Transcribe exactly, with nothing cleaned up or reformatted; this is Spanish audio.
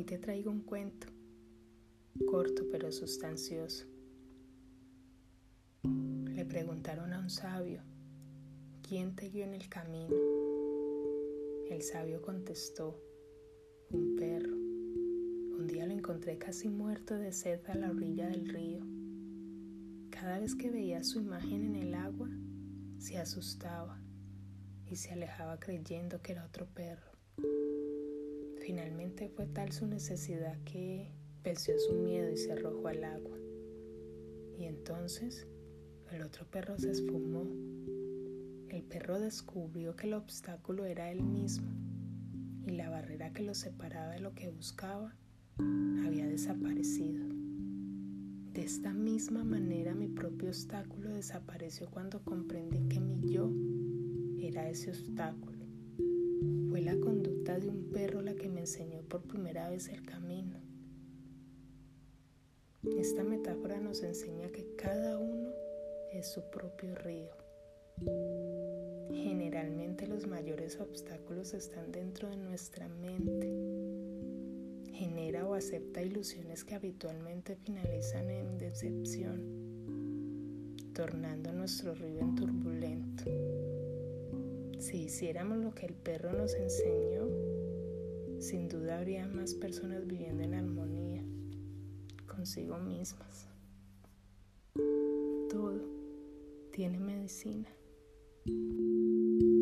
te traigo un cuento, corto pero sustancioso. Le preguntaron a un sabio, ¿quién te guió en el camino? El sabio contestó, un perro. Un día lo encontré casi muerto de sed a la orilla del río. Cada vez que veía su imagen en el agua, se asustaba y se alejaba creyendo que era otro perro. Finalmente fue tal su necesidad que venció su miedo y se arrojó al agua. Y entonces el otro perro se esfumó. El perro descubrió que el obstáculo era él mismo y la barrera que lo separaba de lo que buscaba había desaparecido. De esta misma manera mi propio obstáculo desapareció cuando comprendí que mi yo era ese obstáculo. Fue la conducta de un perro la que me enseñó por primera vez el camino. Esta metáfora nos enseña que cada uno es su propio río. Generalmente los mayores obstáculos están dentro de nuestra mente. Genera o acepta ilusiones que habitualmente finalizan en decepción, tornando nuestro río en turbulento. Si hiciéramos lo que el perro nos enseñó, sin duda habría más personas viviendo en armonía consigo mismas. Todo tiene medicina.